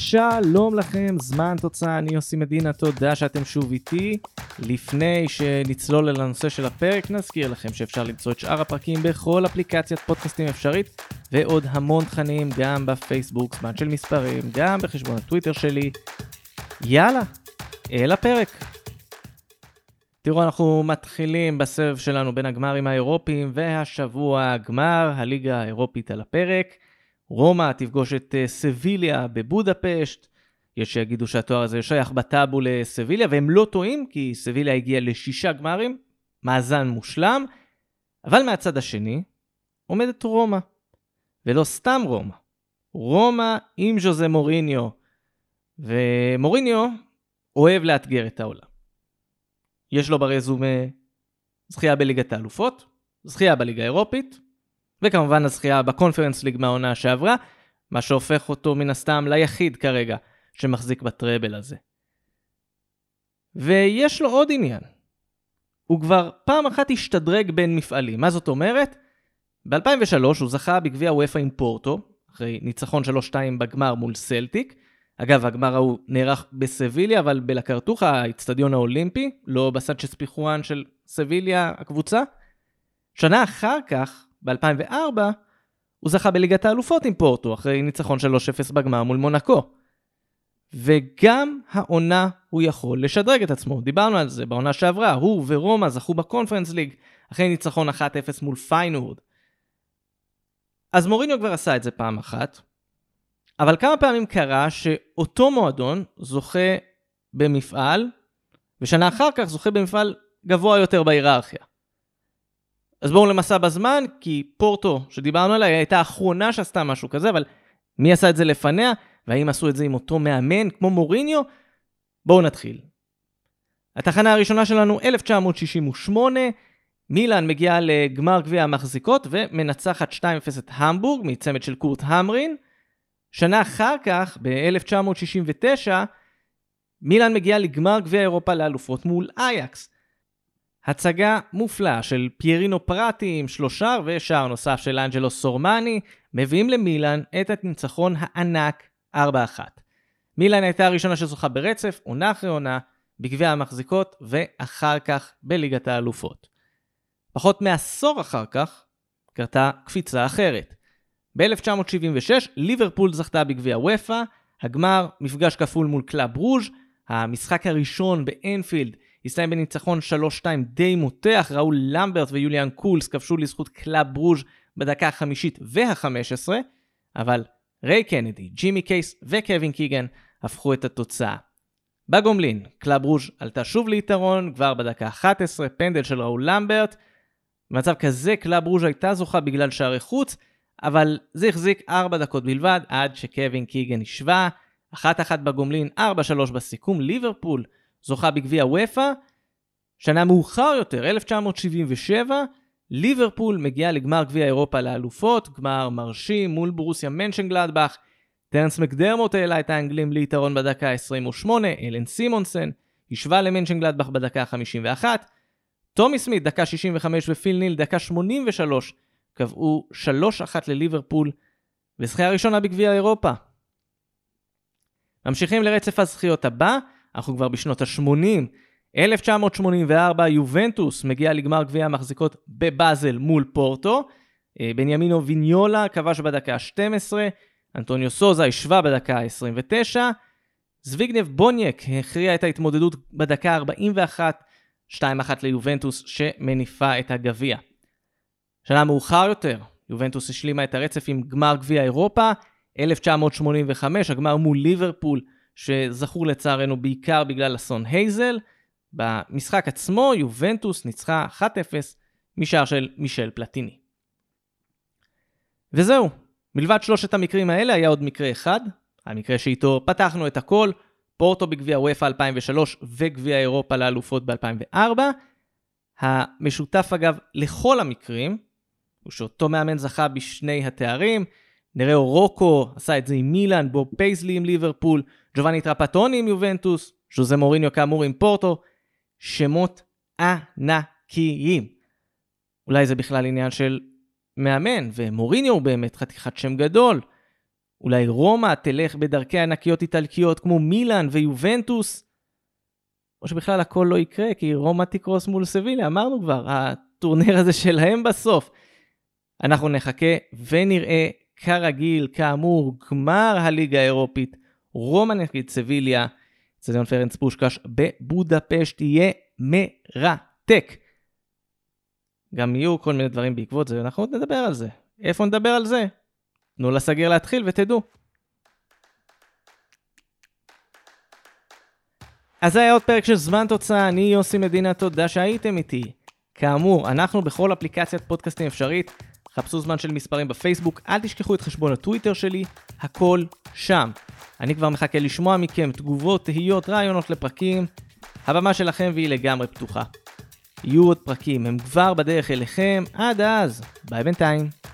שלום לכם, זמן תוצאה, אני יוסי מדינה, תודה שאתם שוב איתי. לפני שנצלול אל הנושא של הפרק, נזכיר לכם שאפשר למצוא את שאר הפרקים בכל אפליקציית פודקאסטים אפשרית, ועוד המון תכנים גם בפייסבוק, זמן של מספרים, גם בחשבון הטוויטר שלי. יאללה, אל הפרק. תראו, אנחנו מתחילים בסבב שלנו בין הגמרים האירופיים, והשבוע הגמר, הליגה האירופית על הפרק. רומא תפגוש את סביליה בבודפשט. יש שיגידו שהתואר הזה שייך בטאבו לסביליה, והם לא טועים, כי סביליה הגיעה ל6 גמרים, מאזן מושלם. אבל מהצד השני עומדת רומא, ולא סתם רומא. רומא עם ז'וזה מוריניו, ומוריניו אוהב לאתגר את העולם. יש לו ברזומה זכייה בליגת האלופות, זכייה בליגה האירופית, וכמובן הזכייה בקונפרנס ליג מהעונה שעברה, מה שהופך אותו מן הסתם ליחיד כרגע שמחזיק בטראבל הזה. ויש לו עוד עניין. הוא כבר פעם אחת השתדרג בין מפעלים. מה זאת אומרת? ב-2003 הוא זכה בגביע וופא עם פורטו, אחרי ניצחון 3-2 בגמר מול סלטיק. אגב, הגמר הוא נערך בסביליה, אבל בלקרטוך, האצטדיון האולימפי, לא בסנצ'ס פיחואן של סביליה הקבוצה. שנה אחר כך, ב-2004, הוא זכה בליגת האלופות עם פורטו, אחרי ניצחון 3-0 בגמר מול מונקו. וגם העונה הוא יכול לשדרג את עצמו. דיברנו על זה בעונה שעברה, הוא ורומא זכו בקונפרנס ליג, אחרי ניצחון 1-0 מול פיינורד. אז מוריניו כבר עשה את זה פעם אחת, אבל כמה פעמים קרה שאותו מועדון זוכה במפעל, ושנה אחר כך זוכה במפעל גבוה יותר בהיררכיה. אז בואו למסע בזמן, כי פורטו שדיברנו עליה הייתה האחרונה שעשתה משהו כזה, אבל מי עשה את זה לפניה, והאם עשו את זה עם אותו מאמן כמו מוריניו? בואו נתחיל. התחנה הראשונה שלנו 1968, מילאן מגיעה לגמר גביע המחזיקות ומנצחת 2-0 את המבורג מצמד של קורט המרין. שנה אחר כך, ב-1969, מילאן מגיעה לגמר גביע אירופה לאלופות מול אייקס. הצגה מופלאה של פיירינו פרטי עם 3 ושער נוסף של אנג'לו סורמני, מביאים למילאן את הניצחון הענק 4-1. מילאן הייתה הראשונה שזוכה ברצף, עונה אחרי עונה, בגביע המחזיקות ואחר כך בליגת האלופות. פחות מעשור אחר כך קרתה קפיצה אחרת. ב-1976 ליברפול זכתה בגביע וופא, הגמר מפגש כפול מול קלאב רוז', המשחק הראשון באנפילד הסתיים בניצחון 3-2 די מותח, ראול למברט ויוליאן קולס כבשו לזכות קלאב רוז' בדקה ה-5 וה-15, אבל ריי קנדי, ג'ימי קייס וקווין קיגן הפכו את התוצאה. בגומלין, קלאב רוז' עלתה שוב ליתרון, כבר בדקה 11, פנדל של ראול למברט. במצב כזה קלאב רוז' הייתה זוכה בגלל שערי חוץ, אבל זה החזיק 4 דקות בלבד עד שקווין קיגן השווה. 1-1 בגומלין, 4-3 בסיכום, ליברפול זוכה בגביע וופא. שנה מאוחר יותר, 1977, ליברפול מגיעה לגמר גביע אירופה לאלופות, גמר מרשים מול ברוסיה מנשנגלדבך. טרנס מקדרמוט העלה את האנגלים ליתרון בדקה 28, אלן סימונסן השווה למנשנגלדבך בדקה 51, טומי סמית דקה 65 ופיל ניל דקה 83 קבעו 3-1 לליברפול, וזכייה הראשונה בגביע אירופה. ממשיכים לרצף הזכיות הבא, אנחנו כבר בשנות ה-80, 1984 יובנטוס מגיעה לגמר גביע המחזיקות בבאזל מול פורטו, בנימינו ויניולה כבש בדקה 12, אנטוניו סוזה השווה בדקה 29, זביגנב בוניק הכריע את ההתמודדות בדקה 41, 2-1 ליובנטוס שמניפה את הגביע. שנה מאוחר יותר, יובנטוס השלימה את הרצף עם גמר גביע אירופה, 1985, הגמר מול ליברפול, שזכור לצערנו בעיקר בגלל אסון הייזל. במשחק עצמו יובנטוס ניצחה 1-0 משער של מישל פלטיני. וזהו, מלבד 3 המקרים האלה היה עוד מקרה אחד, המקרה שאיתו פתחנו את הכל, פורטו בגביע וופא 2003 וגביע אירופה לאלופות ב-2004. המשותף אגב לכל המקרים, הוא שאותו מאמן זכה בשני התארים, נראו רוקו עשה את זה עם מילאן, בוב פייזלי עם ליברפול, ג'ובאני טרפטוני עם יובנטוס, ז'וזה מוריניו כאמור עם פורטו, שמות ענקיים. אולי זה בכלל עניין של מאמן, ומוריניו הוא באמת חתיכת שם גדול. אולי רומא תלך בדרכי ענקיות איטלקיות כמו מילאן ויובנטוס? או שבכלל הכל לא יקרה, כי רומא תקרוס מול סביליה, אמרנו כבר, הטורניר הזה שלהם בסוף. אנחנו נחכה ונראה כרגיל, כאמור, גמר הליגה האירופית, רומא נגד סביליה, אצטדיון פרנץ פושקש בבודפשט, יהיה מרתק. גם יהיו כל מיני דברים בעקבות זה, אנחנו עוד נדבר על זה. איפה נדבר על זה? תנו לסגר להתחיל ותדעו. אז זה היה עוד פרק של זמן תוצאה, אני יוסי מדינה, תודה שהייתם איתי. כאמור, אנחנו בכל אפליקציית פודקאסטים אפשרית, חפשו זמן של מספרים בפייסבוק, אל תשכחו את חשבון הטוויטר שלי, הכל שם. אני כבר מחכה לשמוע מכם תגובות, תהיות, רעיונות לפרקים, הבמה שלכם והיא לגמרי פתוחה. יהיו עוד פרקים, הם כבר בדרך אליכם, עד אז, ביי בינתיים.